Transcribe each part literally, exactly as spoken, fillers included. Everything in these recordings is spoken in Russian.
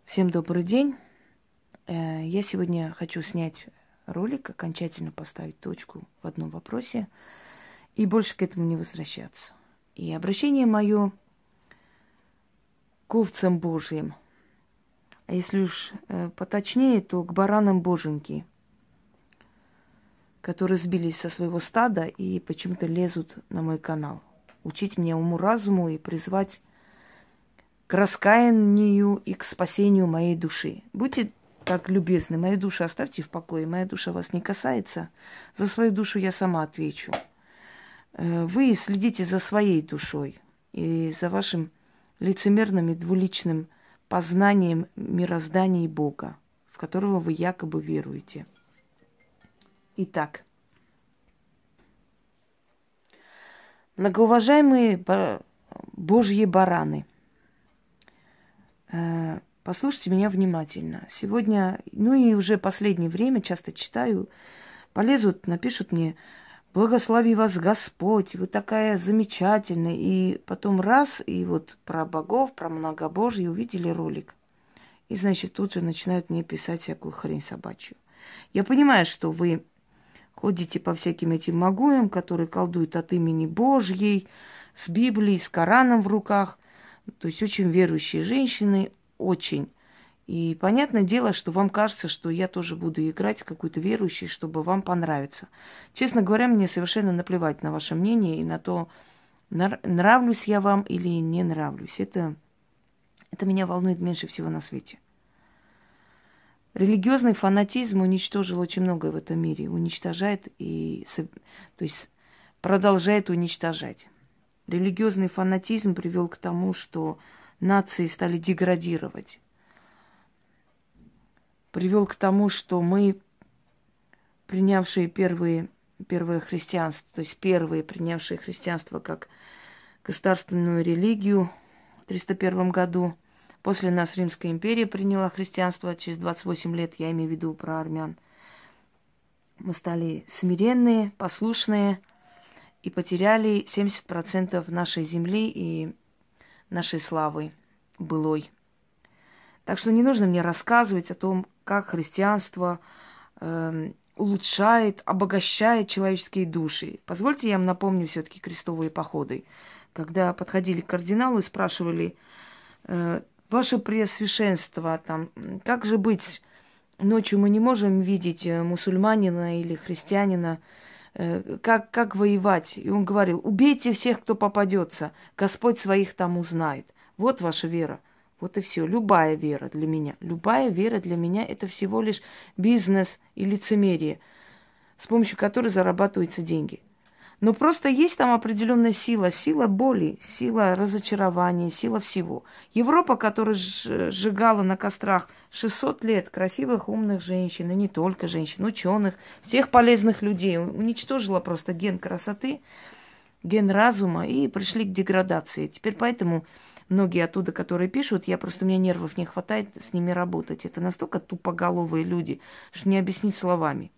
Всем добрый день. Э, Я сегодня хочу снять ролик, окончательно поставить точку в одном вопросе и больше к этому не возвращаться. И обращение мое к овцам Божьим, а если уж э, поточнее, то к баранам Боженьки, которые сбились со своего стада и почему-то лезут на мой канал. Учить меня уму-разуму и призвать к раскаянию и к спасению моей души. Будьте так любезны, мою душу оставьте в покое, моя душа вас не касается. За свою душу я сама отвечу. Э, Вы следите за своей душой и за вашим лицемерным и двуличным познанием мироздания и Бога, в которого вы якобы веруете. Итак, многоуважаемые бо- Божьи бараны, э, послушайте меня внимательно. Сегодня, ну и уже последнее время часто читаю, полезут, напишут мне: «Благослови вас Господь, вы такая замечательная». И потом раз, и вот про богов, про многобожие увидели ролик. И, значит, тут же начинают мне писать всякую хрень собачью. Я понимаю, что вы ходите по всяким этим могуям, которые колдуют от имени Божьей, с Библией, с Кораном в руках. То есть очень верующие женщины, очень. И понятное дело, что вам кажется, что я тоже буду играть какую-то верующую, чтобы вам понравиться. Честно говоря, мне совершенно наплевать на ваше мнение и на то, нравлюсь я вам или не нравлюсь. Это, это меня волнует меньше всего на свете. Религиозный фанатизм уничтожил очень многое в этом мире. Уничтожает и, то есть, продолжает уничтожать. Религиозный фанатизм привел к тому, что нации стали деградировать. Привел к тому, что мы, принявшие первые, первое христианство, то есть первые, принявшие христианство как государственную религию в триста первом году, после нас Римская империя приняла христианство через двадцать восемь лет, я имею в виду про армян. Мы стали смиренные, послушные и потеряли семьдесят процентов нашей земли и нашей славы былой. Так что не нужно мне рассказывать о том, как христианство э, улучшает, обогащает человеческие души. Позвольте я вам напомню все-таки крестовые походы. Когда подходили к кардиналу и спрашивали: э, «Ваше Преосвященство, там, как же быть? Ночью мы не можем видеть мусульманина или христианина. Э, как, как воевать?» И он говорил: «Убейте всех, кто попадется. Господь своих там узнает». Вот ваша вера. Вот и все. Любая вера для меня. Любая вера для меня – это всего лишь бизнес и лицемерие, с помощью которой зарабатываются деньги. Но просто есть там определенная сила. Сила боли, сила разочарования, сила всего. Европа, которая сжигала на кострах шестьсот лет красивых, умных женщин, и не только женщин, ученых, всех полезных людей, уничтожила просто ген красоты, ген разума, и пришли к деградации. Теперь поэтому многие оттуда, которые пишут, я просто, у меня нервов не хватает с ними работать. Это настолько тупоголовые люди, что не объяснить словами.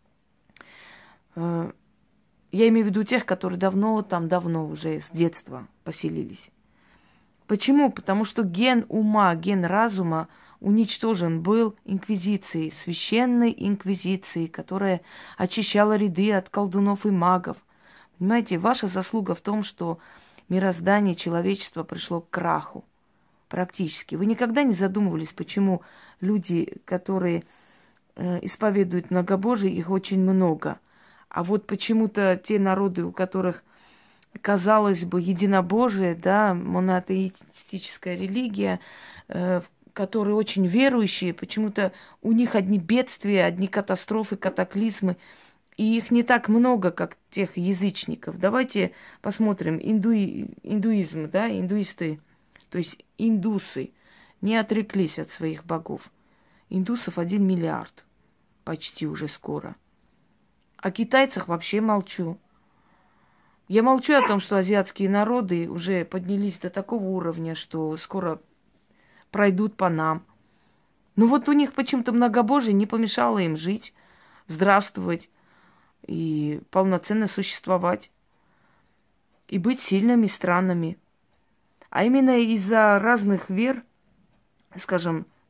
Я имею в виду тех, которые давно, там давно уже с детства поселились. Почему? Потому что ген ума, ген разума уничтожен был инквизицией, священной инквизицией, которая очищала ряды от колдунов и магов. Понимаете, ваша заслуга в том, что мироздание человечества пришло к краху. Практически. Вы никогда не задумывались, почему люди, которые э, исповедуют многобожие, их очень много. А вот почему-то те народы, у которых, казалось бы, единобожие, да, монотеистическая религия, э, которые очень верующие, почему-то у них одни бедствия, одни катастрофы, катаклизмы. И их не так много, как тех язычников. Давайте посмотрим. Индуи, индуизм, да, индуисты, то есть индусы, не отреклись от своих богов. Индусов один миллиард. Почти уже скоро. О китайцах вообще молчу. Я молчу о том, что азиатские народы уже поднялись до такого уровня, что скоро пройдут по нам. Но вот у них почему-то многобожие не помешало им жить, здравствовать и полноценно существовать, и быть сильными странами. А именно из-за разных вер, скажем,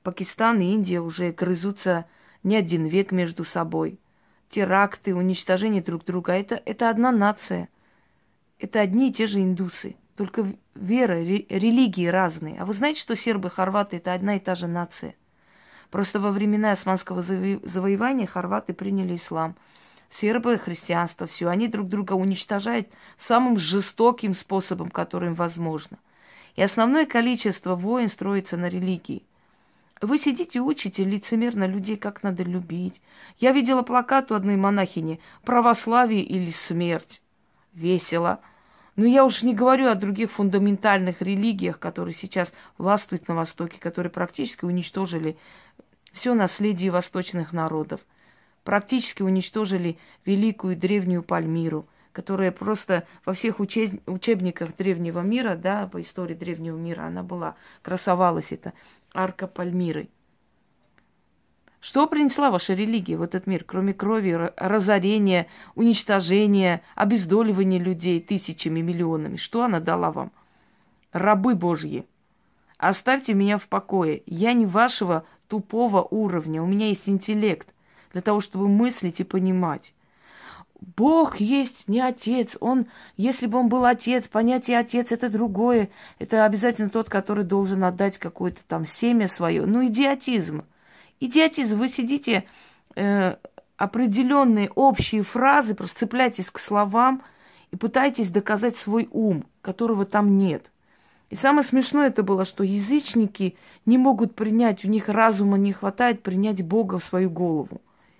Пакистан и Индия уже грызутся не один век между собой. Теракты, уничтожение друг друга. Это, это одна нация. Это одни и те же индусы. Только вера, ре, религии разные. А вы знаете, что сербы, хорваты – это одна и та же нация? Просто во времена османского завоевания хорваты приняли ислам. Сербы – христианство, все. Они друг друга уничтожают самым жестоким способом, которым возможно. И основное количество войн строится на религии. Вы сидите и учите лицемерно людей, как надо любить. Я видела плакат у одной монахини «Православие или смерть». Весело. Но я уж не говорю о других фундаментальных религиях, которые сейчас властвуют на Востоке, которые практически уничтожили все наследие восточных народов. Практически уничтожили великую древнюю Пальмиру, которая просто во всех учеб... учебниках древнего мира, да, по истории древнего мира, она была, красовалась эта арка Пальмиры. Что принесла ваша религия в этот мир, кроме крови, разорения, уничтожения, обездоливания людей тысячами, миллионами? Что она дала вам? Рабы Божьи, оставьте меня в покое. Я не вашего тупого уровня, у меня есть интеллект для того, чтобы мыслить и понимать. Бог есть не отец. Он, если бы он был отец, понятие отец это другое. Это обязательно тот, который должен отдать какое-то там семя свое. Ну, идиотизм. Идиотизм. Вы сидите, э, определенные общие фразы, просто цепляйтесь к словам и пытаетесь доказать свой ум, которого там нет. И самое смешное это было, что язычники не могут принять, у них разума не хватает принять Бога в свою голову.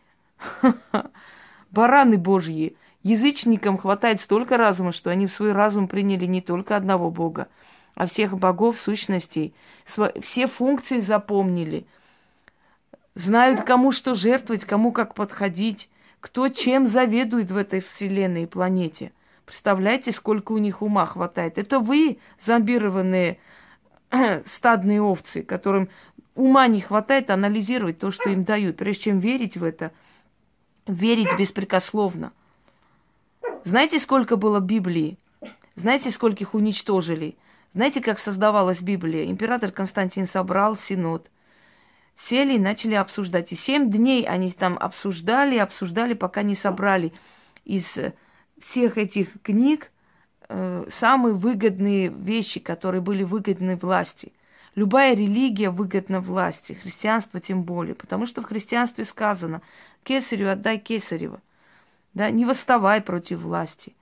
Бараны Божьи. Язычникам хватает столько разума, что они в свой разум приняли не только одного Бога, а всех богов, сущностей. Все функции запомнили. Знают, кому что жертвовать, кому как подходить, кто чем заведует в этой вселенной и планете. Представляете, сколько у них ума хватает. Это вы, зомбированные стадные овцы, которым ума не хватает анализировать то, что им дают. Прежде чем верить в это, верить беспрекословно. Знаете, сколько было Библии? Знаете, скольких уничтожили? Знаете, как создавалась Библия? Император Константин собрал синод. Сели и начали обсуждать. И семь дней они там обсуждали, обсуждали, пока не собрали из всех этих книг э, самые выгодные вещи, которые были выгодны власти. Любая религия выгодна власти, христианство тем более, потому что в христианстве сказано «Кесарю отдай кесарево», да, не восставай против власти.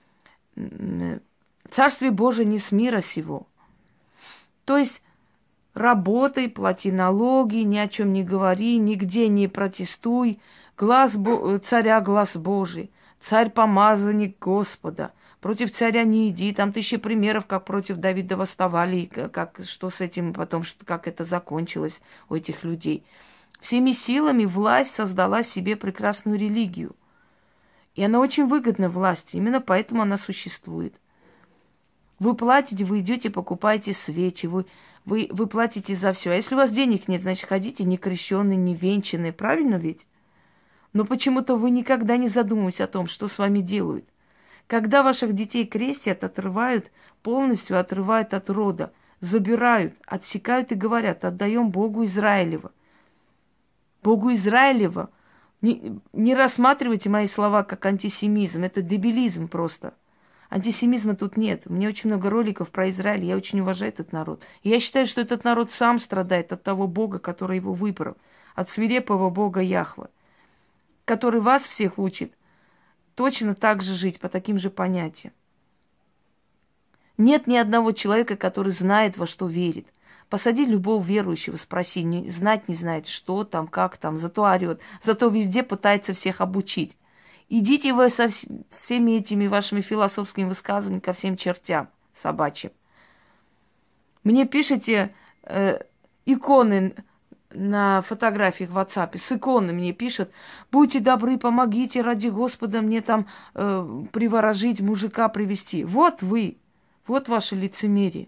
Царствие Божие не с мира сего. То есть работай, плати налоги, ни о чем не говори, нигде не протестуй, глаз Бо... царя глаз Божий, царь помазанник Господа. Против царя не иди. Там тысячи примеров, как против Давида восставали, и как, что с этим потом, что, как это закончилось у этих людей. Всеми силами власть создала себе прекрасную религию. И она очень выгодна власти. Именно поэтому она существует. Вы платите, вы идете, покупаете свечи, вы, вы, вы платите за все. А если у вас денег нет, значит, ходите не крещенные, не венчанные. Правильно ведь? Но почему-то вы никогда не задумываетесь о том, что с вами делают. Когда ваших детей крестят, отрывают, полностью отрывают от рода, забирают, отсекают и говорят, отдаем Богу Израилева. Богу Израилева. Не, не рассматривайте мои слова как антисемизм, это дебилизм просто. Антисемизма тут нет. У меня очень много роликов про Израиль, я очень уважаю этот народ. И я считаю, что этот народ сам страдает от того Бога, который его выбрал, от свирепого Бога Яхве, который вас всех учит точно так же жить, по таким же понятиям. Нет ни одного человека, который знает, во что верит. Посади любого верующего, спроси, не, знать не знает, что там, как там, зато орет, зато везде пытается всех обучить. Идите вы со всеми этими вашими философскими высказываниями ко всем чертям собачьим. Мне пишите э, иконы на фотографиях в WhatsApp, с иконы мне пишут, будьте добры, помогите ради Господа мне там э, приворожить, мужика привести. Вот вы, вот ваше лицемерие.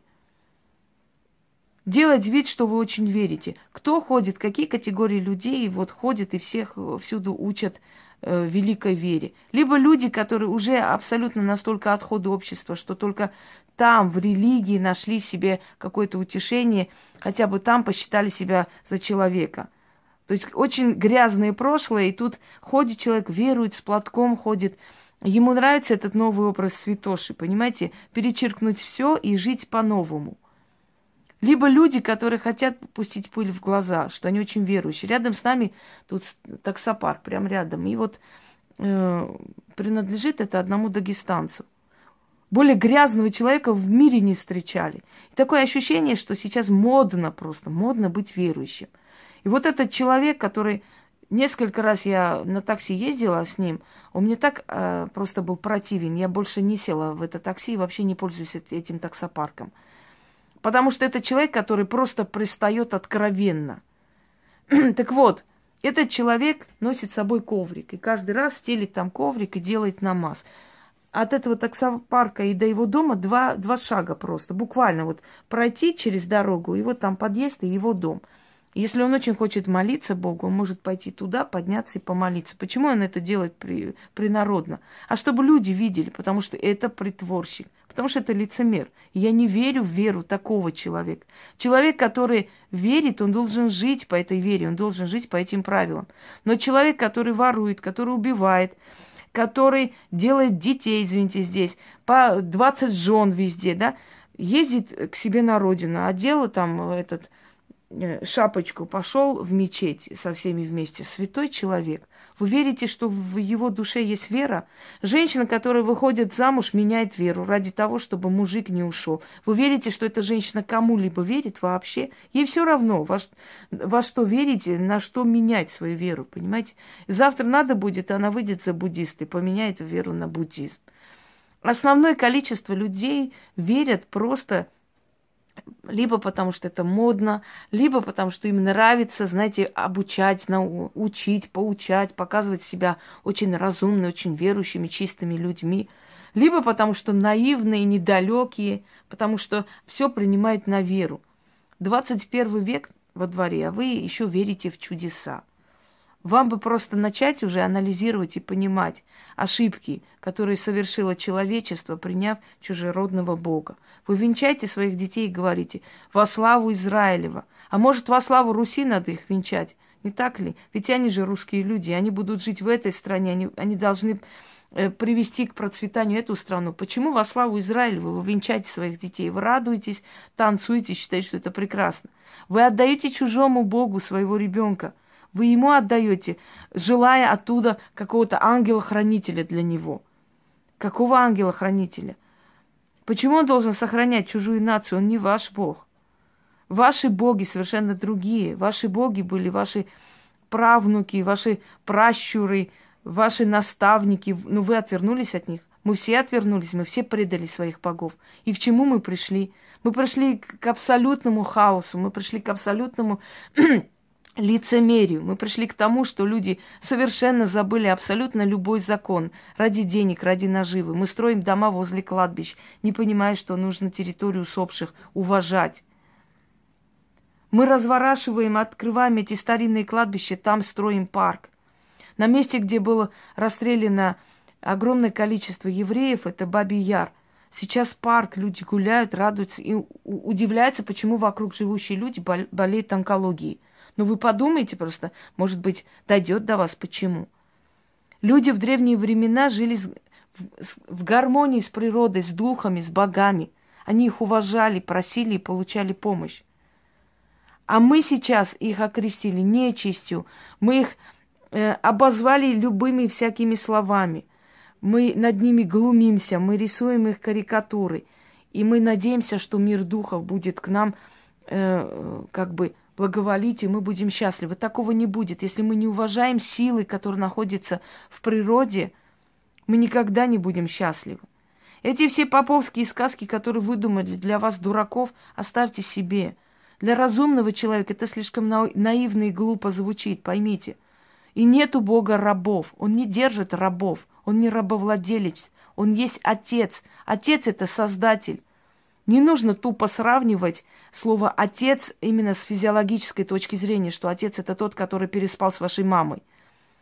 Делать вид, что вы очень верите. Кто ходит, какие категории людей вот ходят и всех всюду учат э, великой вере. Либо люди, которые уже абсолютно настолько отходы общества, что только там, в религии, нашли себе какое-то утешение, хотя бы там посчитали себя за человека. То есть очень грязное прошлое, и тут ходит человек, верует, с платком ходит. Ему нравится этот новый образ святоши, понимаете? Перечеркнуть все и жить по-новому. Либо люди, которые хотят пустить пыль в глаза, что они очень верующие. Рядом с нами тут таксопарк, прям рядом. И вот э, принадлежит это одному дагестанцу. Более грязного человека в мире не встречали. И такое ощущение, что сейчас модно просто, модно быть верующим. И вот этот человек, который... Несколько раз я на такси ездила с ним, он мне так э, просто был противен. Я больше не села в это такси и вообще не пользуюсь этим таксопарком. Потому что это человек, который просто пристает откровенно. Так вот, этот человек носит с собой коврик. И каждый раз стелит там коврик и делает намаз. От этого таксопарка и до его дома два, два шага просто. Буквально вот пройти через дорогу, и вот там подъезд и его дом. Если он очень хочет молиться Богу, он может пойти туда, подняться и помолиться. Почему он это делает при, принародно? А чтобы люди видели, потому что это притворщик, потому что это лицемер. И я не верю в веру такого человека. Человек, который верит, он должен жить по этой вере, он должен жить по этим правилам. Но человек, который ворует, который убивает, который делает детей, извините, здесь, по двадцать жен везде, да, ездит к себе на родину, одела там этот... шапочку, пошел в мечеть со всеми вместе. Святой человек. Вы верите, что в его душе есть вера? Женщина, которая выходит замуж, меняет веру ради того, чтобы мужик не ушел. Вы верите, что эта женщина кому-либо верит вообще? Ей все равно, во, во что верите, на что менять свою веру, понимаете? Завтра надо будет, она выйдет за буддиста и поменяет веру на буддизм. Основное количество людей верят просто... Либо потому, что это модно, либо потому, что им нравится, знаете, обучать, нау- учить, поучать, показывать себя очень разумными, очень верующими, чистыми людьми. Либо потому, что наивные, недалекие, потому что все принимает на веру. двадцать первый век во дворе, а вы еще верите в чудеса. Вам бы просто начать уже анализировать и понимать ошибки, которые совершило человечество, приняв чужеродного Бога. Вы венчаете своих детей и говорите: во славу Израилева. А может, во славу Руси надо их венчать? Не так ли? Ведь они же русские люди, они будут жить в этой стране, они, они должны э, привести к процветанию эту страну. Почему во славу Израилева вы венчаете своих детей? Вы радуетесь, танцуете, считаете, что это прекрасно. Вы отдаете чужому Богу своего ребенка. Вы ему отдаете, желая оттуда какого-то ангела-хранителя для него. Какого ангела-хранителя? Почему он должен сохранять чужую нацию? Он не ваш Бог. Ваши боги совершенно другие. Ваши боги были ваши правнуки, ваши пращуры, ваши наставники. Но вы отвернулись от них. Мы все отвернулись, мы все предали своих богов. И к чему мы пришли? Мы пришли к абсолютному хаосу, мы пришли к абсолютному... лицемерию. Мы пришли к тому, что люди совершенно забыли абсолютно любой закон. Ради денег, ради наживы. Мы строим дома возле кладбищ, не понимая, что нужно территорию усопших уважать. Мы разворачиваем, открываем эти старинные кладбища, там строим парк. На месте, где было расстреляно огромное количество евреев, это Бабий Яр. Сейчас парк, люди гуляют, радуются и удивляются, почему вокруг живущие люди болеют онкологией. Но вы подумайте просто, может быть, дойдет до вас, почему. Люди в древние времена жили в, в гармонии с природой, с духами, с богами. Они их уважали, просили и получали помощь. А мы сейчас их окрестили нечистью, мы их э, обозвали любыми всякими словами. Мы над ними глумимся, мы рисуем их карикатуры. И мы надеемся, что мир духов будет к нам э, как бы... благоволить, и мы будем счастливы. Такого не будет. Если мы не уважаем силы, которые находятся в природе, мы никогда не будем счастливы. Эти все поповские сказки, которые выдумали для вас, дураков, оставьте себе. Для разумного человека это слишком наивно и глупо звучит, поймите. И нет у Бога рабов. Он не держит рабов. Он не рабовладелец. Он есть Отец. Отец – это Создатель. Не нужно тупо сравнивать слово «отец» именно с физиологической точки зрения, что отец – это тот, который переспал с вашей мамой.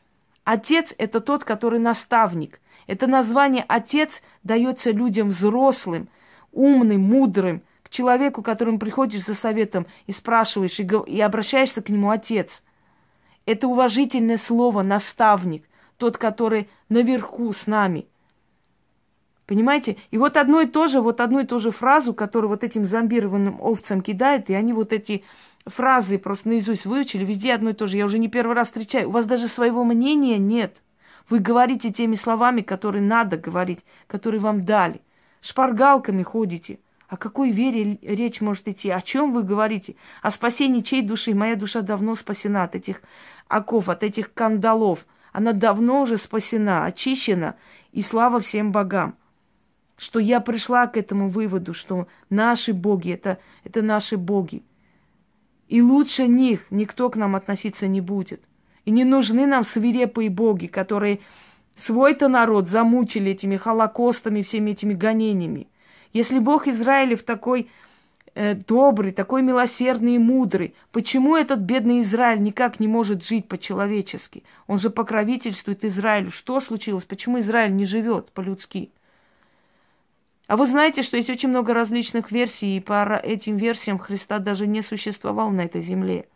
Отец – это тот, который наставник. Это название «отец» дается людям взрослым, умным, мудрым, к человеку, к которому приходишь за советом и спрашиваешь, и, и обращаешься к нему «отец». Это уважительное слово «наставник», тот, который наверху с нами. Понимаете? И вот одно и то же, вот одну и ту же фразу, которую вот этим зомбированным овцам кидают, и они вот эти фразы просто наизусть выучили, везде одно и то же. Я уже не первый раз встречаю. У вас даже своего мнения нет. Вы говорите теми словами, которые надо говорить, которые вам дали. Шпаргалками ходите. О какой вере речь может идти? О чем вы говорите? О спасении чьей души? Моя душа давно спасена от этих оков, от этих кандалов. Она давно уже спасена, очищена. И слава всем богам, что я пришла к этому выводу, что наши боги это, – это наши боги. И лучше них никто к нам относиться не будет. И не нужны нам свирепые боги, которые свой-то народ замучили этими холокостами, всеми этими гонениями. Если Бог Израилев такой э, добрый, такой милосердный и мудрый, почему этот бедный Израиль никак не может жить по-человечески? Он же покровительствует Израилю. Что случилось? Почему Израиль не живет по-людски? А вы знаете, что есть очень много различных версий, и по этим версиям Христа даже не существовал на этой земле.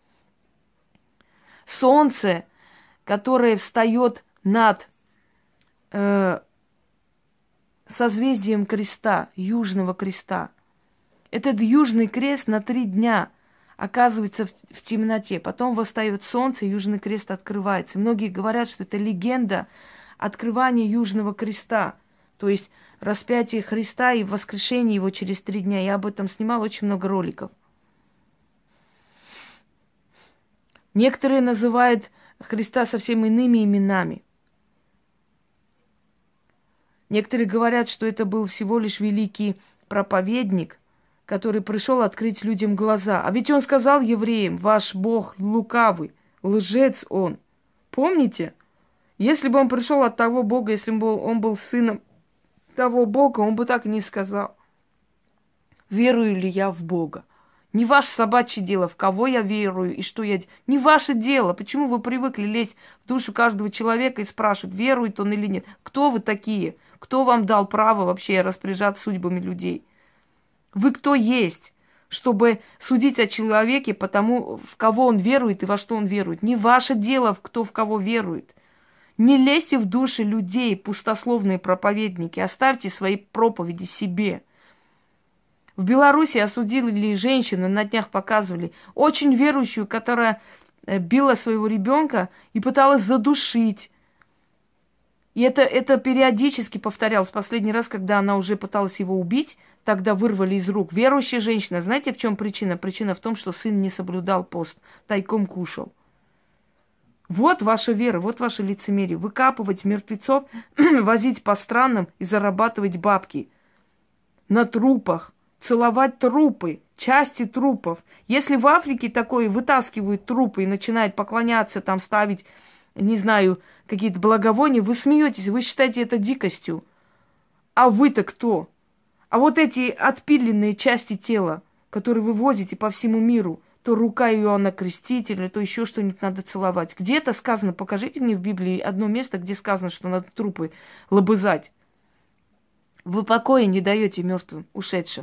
Солнце, которое встает над э, созвездием креста, южного креста, этот южный крест на три дня оказывается в, в темноте. Потом восстает солнце, южный крест открывается. Многие говорят, что это легенда открывания южного креста, то есть распятие Христа и воскрешение его через три дня. Я об этом снимала очень много роликов. Некоторые называют Христа совсем иными именами. Некоторые говорят, что это был всего лишь великий проповедник, который пришел открыть людям глаза. А ведь он сказал евреям: ваш Бог лукавый, лжец он. Помните? Если бы он пришел от того Бога, если бы он был сыном того Бога, он бы так и не сказал. Верую ли я в Бога? Не ваше собачье дело, в кого я верую и что я... Не ваше дело. Почему вы привыкли лезть в душу каждого человека и спрашивать, верует он или нет? Кто вы такие? Кто вам дал право вообще распоряжаться судьбами людей? Вы кто есть, чтобы судить о человеке по тому, в кого он верует и во что он верует? Не ваше дело, кто в кого верует. Не лезьте в души людей, пустословные проповедники. Оставьте свои проповеди себе. В Беларуси осудили женщину, на днях показывали, очень верующую, которая била своего ребенка и пыталась задушить. И это, это периодически повторялось. Последний раз, когда она уже пыталась его убить, тогда вырвали из рук. Верующая женщина. Знаете, в чем причина? Причина в том, что сын не соблюдал пост, тайком кушал. Вот ваша вера, вот ваше лицемерие. Выкапывать мертвецов, возить по странам и зарабатывать бабки. На трупах. Целовать трупы, части трупов. Если в Африке такое вытаскивают трупы и начинают поклоняться, там ставить, не знаю, какие-то благовония, вы смеетесь, вы считаете это дикостью. А вы-то кто? А вот эти отпиленные части тела, которые вы возите по всему миру, то рука Иоанна Крестителя, то еще что-нибудь надо целовать. Где это сказано? Покажите мне в Библии одно место, где сказано, что надо трупы лобызать. Вы покоя не даете мертвым, ушедшим.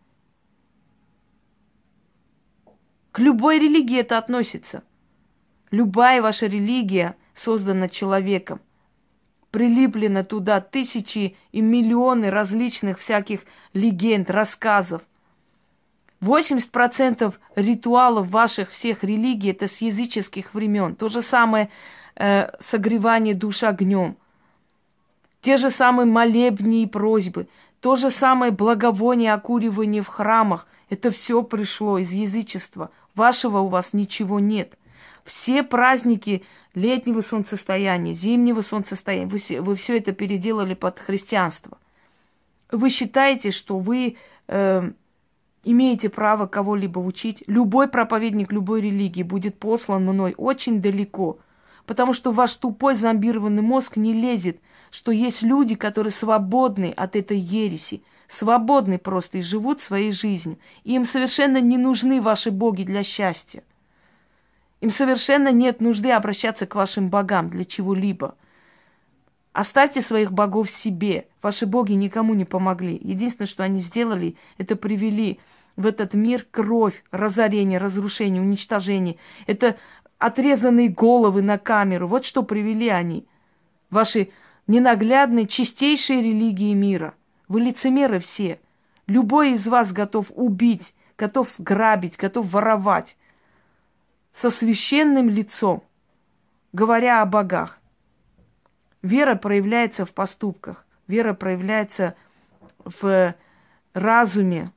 К любой религии это относится. Любая ваша религия создана человеком. Прилеплено туда тысячи и миллионы различных всяких легенд, рассказов. восемьдесят процентов ритуалов ваших всех религий это с языческих времен. То же самое э, согревание душ огнем. Те же самые молебни и просьбы. То же самое благовоние, окуривание в храмах. Это все пришло из язычества. Вашего у вас ничего нет. Все праздники летнего солнцестояния, зимнего солнцестояния, вы, вы все это переделали под христианство. Вы считаете, что вы э, имеете право кого-либо учить? Любой проповедник любой религии будет послан мной очень далеко, потому что ваш тупой зомбированный мозг не лезет, что есть люди, которые свободны от этой ереси, свободны просто и живут своей жизнью. И им совершенно не нужны ваши боги для счастья. Им совершенно нет нужды обращаться к вашим богам для чего-либо. Оставьте своих богов себе. Ваши боги никому не помогли. Единственное, что они сделали, это привели в этот мир кровь, разорение, разрушение, уничтожение. Это отрезанные головы на камеру. Вот что привели они. Ваши ненаглядные, чистейшие религии мира. Вы лицемеры все. Любой из вас готов убить, готов грабить, готов воровать. Со священным лицом, говоря о богах. Вера проявляется в поступках. Вера проявляется в разуме.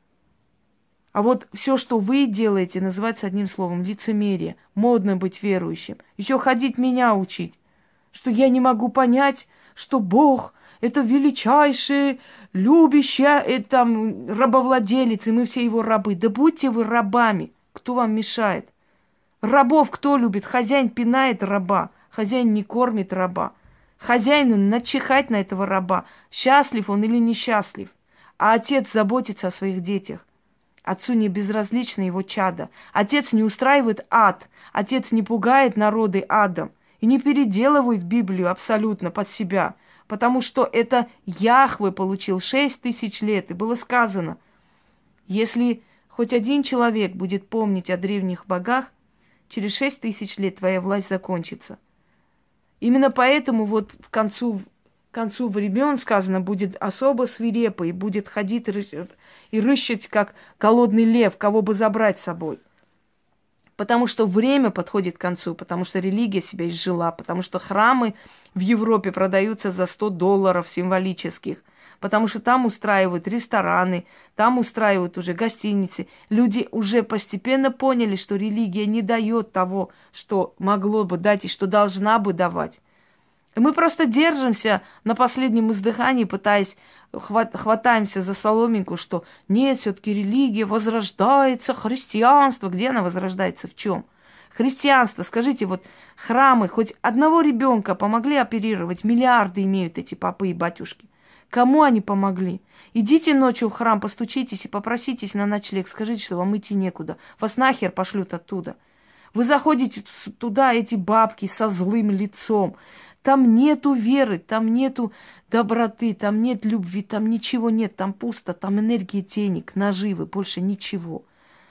А вот все, что вы делаете, называется одним словом лицемерие. Модно быть верующим. Еще ходить меня учить. Что я не могу понять, что Бог – это величайший, любящий, это там, рабовладелец, и мы все его рабы. Да будьте вы рабами. Кто вам мешает? Рабов кто любит? Хозяин пинает раба. Хозяин не кормит раба. Хозяину начихать на этого раба. Счастлив он или несчастлив. А отец заботится о своих детях. Отцу не безразлично его чадо. Отец не устраивает ад. Отец не пугает народы адом. И не переделывает Библию абсолютно под себя. Потому что это Яхве получил шесть тысяч лет. И было сказано, если хоть один человек будет помнить о древних богах, через шесть тысяч лет твоя власть закончится. Именно поэтому вот к концу, к концу времен, сказано, будет особо свирепый, будет ходить и рыщать, как голодный лев, кого бы забрать с собой. Потому что время подходит к концу, потому что религия себя изжила, потому что храмы в Европе продаются за сто долларов символических. Потому что там устраивают рестораны, там устраивают уже гостиницы. Люди уже постепенно поняли, что религия не дает того, что могло бы дать и что должна бы давать. И мы просто держимся на последнем издыхании, пытаясь, хват, хватаемся за соломинку, что нет, все-таки религия возрождается, христианство. Где она возрождается? В чем? Христианство, скажите, вот храмы, хоть одного ребенка помогли оперировать, миллиарды имеют эти попы и батюшки. Кому они помогли? Идите ночью в храм, постучитесь и попроситесь на ночлег. Скажите, что вам идти некуда. Вас нахер пошлют оттуда. Вы заходите туда, эти бабки со злым лицом. Там нету веры, там нету доброты, там нет любви, там ничего нет, там пусто, там энергия денег, наживы, больше ничего.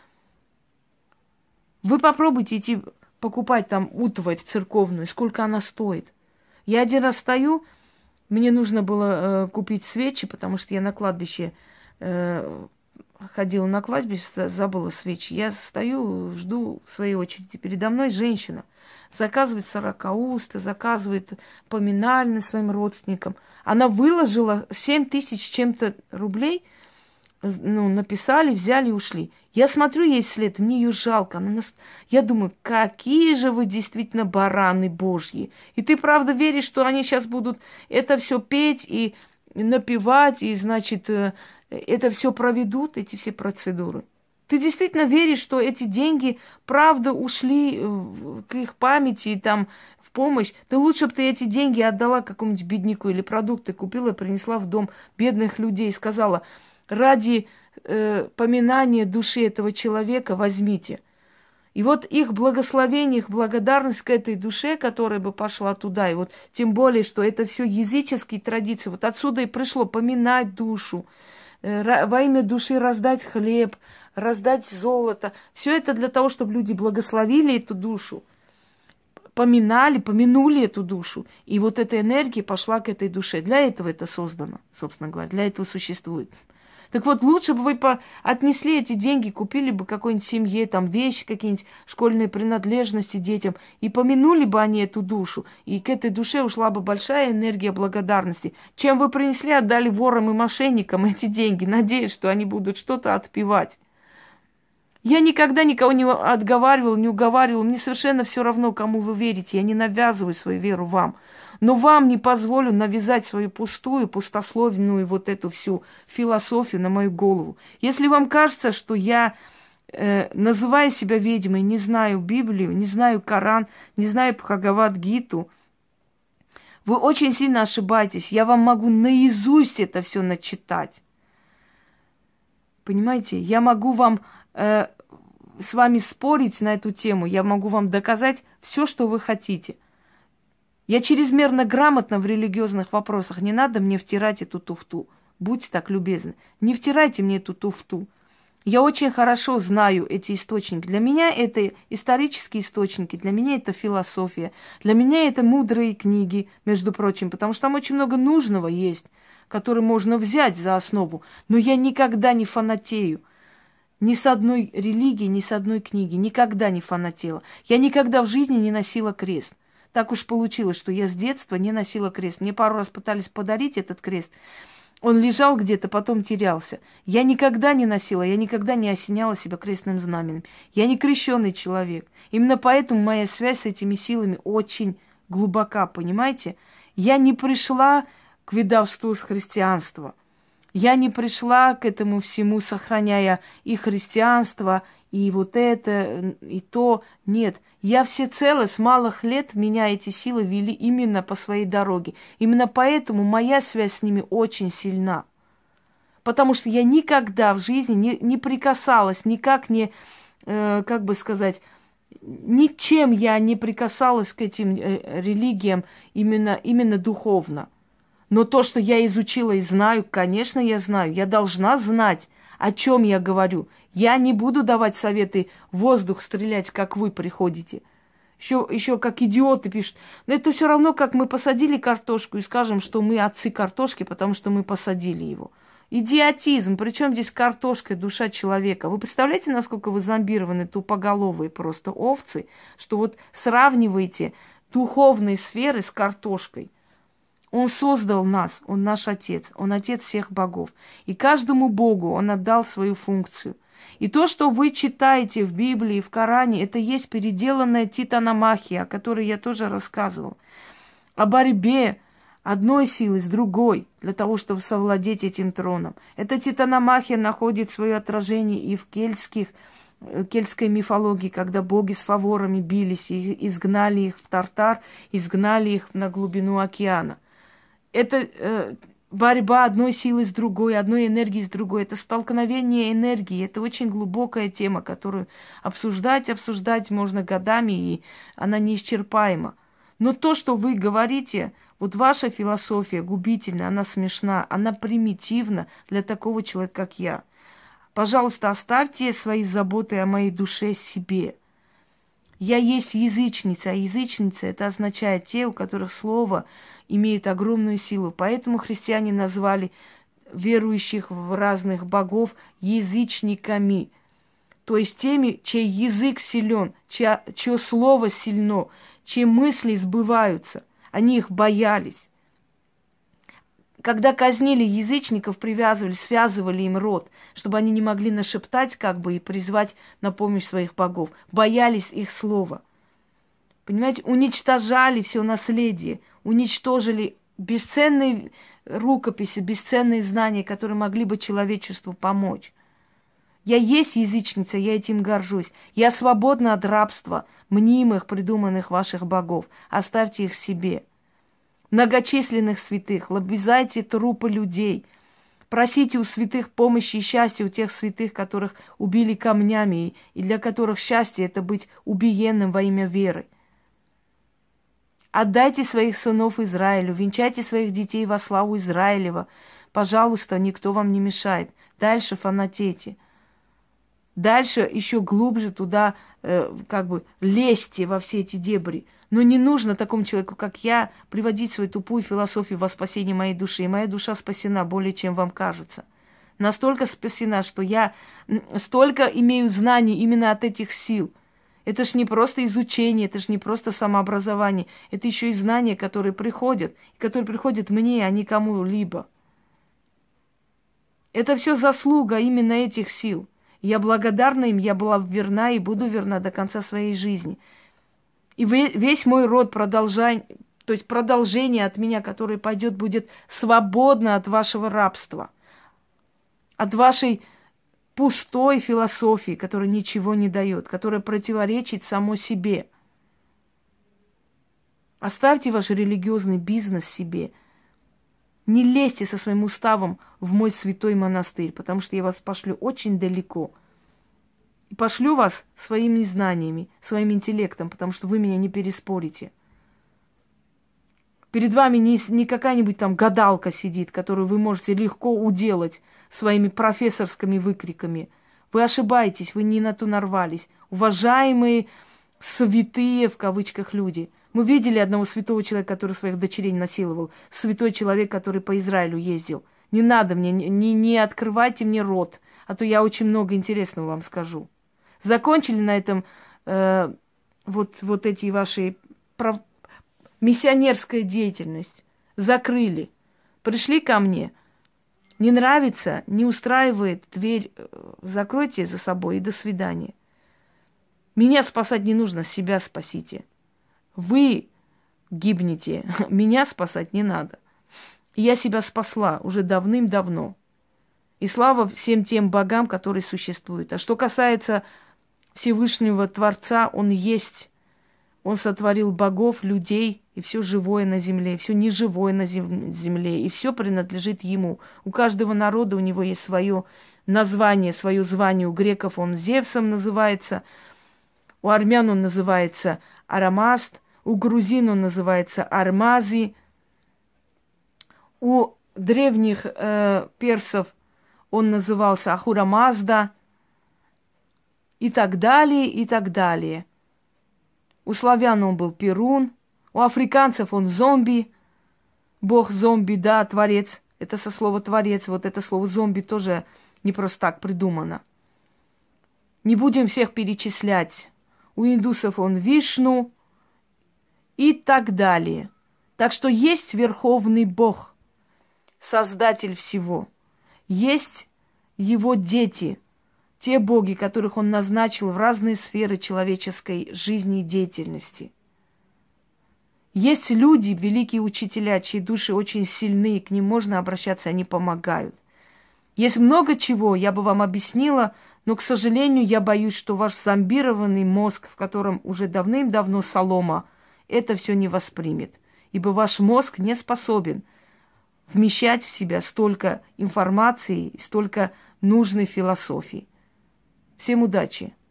Вы попробуйте идти покупать там утварь церковную, сколько она стоит. Я один раз стою, мне нужно было э, купить свечи, потому что я на кладбище э, ходила на кладбище, забыла свечи. Я стою, жду своей очереди. Передо мной женщина заказывает сорокаусты, заказывает поминальные своим родственникам. Она выложила семь тысяч чем-то рублей, ну, написали, взяли и ушли. Я смотрю ей вслед, мне ее жалко. Она нас... Я думаю, какие же вы действительно бараны божьи. И ты правда веришь, что они сейчас будут это все петь и напевать, и, значит, это все проведут, эти все процедуры? Ты действительно веришь, что эти деньги правда ушли к их памяти и там в помощь? Да лучше бы ты эти деньги отдала какому-нибудь бедняку или продукты купила, принесла в дом бедных людей и сказала: ради э, поминания души этого человека возьмите. И вот их благословение, их благодарность к этой душе, которая бы пошла туда, и вот тем более, что это все языческие традиции, вот отсюда и пришло поминать душу, э, во имя души раздать хлеб, раздать золото. Все это для того, чтобы люди благословили эту душу, поминали, помянули эту душу. И вот эта энергия пошла к этой душе. Для этого это создано, собственно говоря, для этого существует. Так вот, лучше бы вы по... отнесли эти деньги, купили бы какой-нибудь семье, там, вещи какие-нибудь, школьные принадлежности детям, и помянули бы они эту душу, и к этой душе ушла бы большая энергия благодарности. Чем вы принесли, отдали ворам и мошенникам эти деньги, надеясь, что они будут что-то отпевать. Я никогда никого не отговаривала, не уговаривала, мне совершенно все равно, кому вы верите, я не навязываю свою веру вам. Но вам не позволю навязать свою пустую, пустословную вот эту всю философию на мою голову. Если вам кажется, что я, э, называя себя ведьмой, не знаю Библию, не знаю Коран, не знаю Бхагавад-гиту, вы очень сильно ошибаетесь. Я вам могу наизусть это все начитать. Понимаете? Я могу вам э, с вами спорить на эту тему. Я могу вам доказать все, что вы хотите. Я чрезмерно грамотна в религиозных вопросах. Не надо мне втирать эту туфту. Будьте так любезны. Не втирайте мне эту туфту. Я очень хорошо знаю эти источники. Для меня это исторические источники, для меня это философия, для меня это мудрые книги, между прочим, потому что там очень много нужного есть, который можно взять за основу. Но я никогда не фанатею. Ни с одной религии, ни с одной книги. Никогда не фанатела. Я никогда в жизни не носила крест. Так уж получилось, что я с детства не носила крест. Мне пару раз пытались подарить этот крест. Он лежал где-то, потом терялся. Я никогда не носила, я никогда не осеняла себя крестным знаменем. Я не крещеный человек. Именно поэтому моя связь с этими силами очень глубока, понимаете? Я не пришла к ведовству с христианства. Я не пришла к этому всему, сохраняя и христианство, и вот это, и то. Нет, я всецело с малых лет, меня эти силы вели именно по своей дороге. Именно поэтому моя связь с ними очень сильна. Потому что я никогда в жизни не, не прикасалась, никак не, э, как бы сказать, ничем я не прикасалась к этим э, религиям именно, именно духовно. Но то, что я изучила и знаю, конечно, я знаю. Я должна знать, о чем я говорю. Я не буду давать советы в воздух стрелять, как вы приходите. Еще, еще как идиоты пишут. Но это все равно, как мы посадили картошку и скажем, что мы отцы картошки, потому что мы посадили его. Идиотизм. Причем здесь картошка, душа человека. Вы представляете, насколько вы зомбированы, тупоголовые просто овцы, что вот сравниваете духовные сферы с картошкой. Он создал нас, Он наш Отец, Он Отец всех богов. И каждому богу Он отдал свою функцию. И то, что вы читаете в Библии, в Коране, это есть переделанная титаномахия, о которой я тоже рассказывала. О борьбе одной силы с другой, для того, чтобы совладеть этим троном. Эта титаномахия находит свое отражение и в кельтских, кельтской мифологии, когда боги с фаворами бились, и изгнали их в Тартар, изгнали их на глубину океана. Это э, борьба одной силы с другой, одной энергии с другой. Это столкновение энергии. Это очень глубокая тема, которую обсуждать, обсуждать можно годами, и она неисчерпаема. Но то, что вы говорите, вот ваша философия губительна, она смешна, она примитивна для такого человека, как я. Пожалуйста, оставьте свои заботы о моей душе себе. Я есть язычница, а язычница – это означает те, у которых слово имеет огромную силу. Поэтому христиане назвали верующих в разных богов язычниками. То есть теми, чей язык силен, чье, чье слово сильно, чьи мысли сбываются. Они их боялись. Когда казнили язычников, привязывали, связывали им рот, чтобы они не могли нашептать как бы и призвать на помощь своих богов. Боялись их слова. Понимаете, уничтожали все наследие, уничтожили бесценные рукописи, бесценные знания, которые могли бы человечеству помочь. Я есть язычница, я этим горжусь. Я свободна от рабства, мнимых, придуманных ваших богов. Оставьте их себе. Многочисленных святых, лобызайте трупы людей. Просите у святых помощи и счастья, у тех святых, которых убили камнями, и для которых счастье – это быть убиенным во имя веры. Отдайте своих сынов Израилю, венчайте своих детей во славу Израилева. Пожалуйста, никто вам не мешает. Дальше фанатейте. Дальше еще глубже туда, э, как бы, лезьте во все эти дебри. Но не нужно такому человеку, как я, приводить свою тупую философию во спасение моей души. И моя душа спасена более, чем вам кажется. Настолько спасена, что я столько имею знаний именно от этих сил. Это ж не просто изучение, это ж не просто самообразование. Это еще и знания, которые приходят, которые приходят мне, а не кому-либо. Это все заслуга именно этих сил. Я благодарна им, я была верна и буду верна до конца своей жизни. И весь мой род продолжай, то есть продолжение от меня, которое пойдет, будет свободно от вашего рабства, от вашей пустой философии, которая ничего не дает, которая противоречит само себе. Оставьте ваш религиозный бизнес себе. Не лезьте со своим уставом в мой святой монастырь, потому что я вас пошлю очень далеко. И пошлю вас своими знаниями, своим интеллектом, потому что вы меня не переспорите. Перед вами не, не какая-нибудь там гадалка сидит, которую вы можете легко уделать своими профессорскими выкриками. Вы ошибаетесь, вы не на то нарвались. Уважаемые святые, в кавычках, люди. Мы видели одного святого человека, который своих дочерей насиловал. Святой человек, который по Израилю ездил. Не надо мне, не, не открывайте мне рот, а то я очень много интересного вам скажу. Закончили на этом э, вот, вот эти ваши прав... миссионерская деятельность. Закрыли. Пришли ко мне. Не нравится, не устраивает, дверь закройте за собой и до свидания. Меня спасать не нужно, себя спасите. Вы гибнете, меня спасать не надо. Я себя спасла уже давным-давно. И слава всем тем богам, которые существуют. А что касается Всевышнего Творца, Он есть. Он сотворил богов, людей и все живое на земле, все неживое на земле, и все принадлежит Ему. У каждого народа у него есть свое название, свое звание. У греков он Зевсом называется, у армян он называется Арамаст, у грузин он называется Армази, у древних э, персов он назывался Ахура Мазда и так далее, и так далее. У славян он был Перун, у африканцев он зомби, бог зомби, да, творец. Это со слова творец, вот это слово зомби тоже не просто так придумано. Не будем всех перечислять. У индусов он Вишну и так далее. Так что есть верховный бог, создатель всего. Есть его дети, те боги, которых он назначил в разные сферы человеческой жизни и деятельности. Есть люди, великие учителя, чьи души очень сильны, и к ним можно обращаться, они помогают. Есть много чего, я бы вам объяснила, но, к сожалению, я боюсь, что ваш зомбированный мозг, в котором уже давным-давно солома, это все не воспримет. Ибо ваш мозг не способен вмещать в себя столько информации, столько нужной философии. Всем удачи!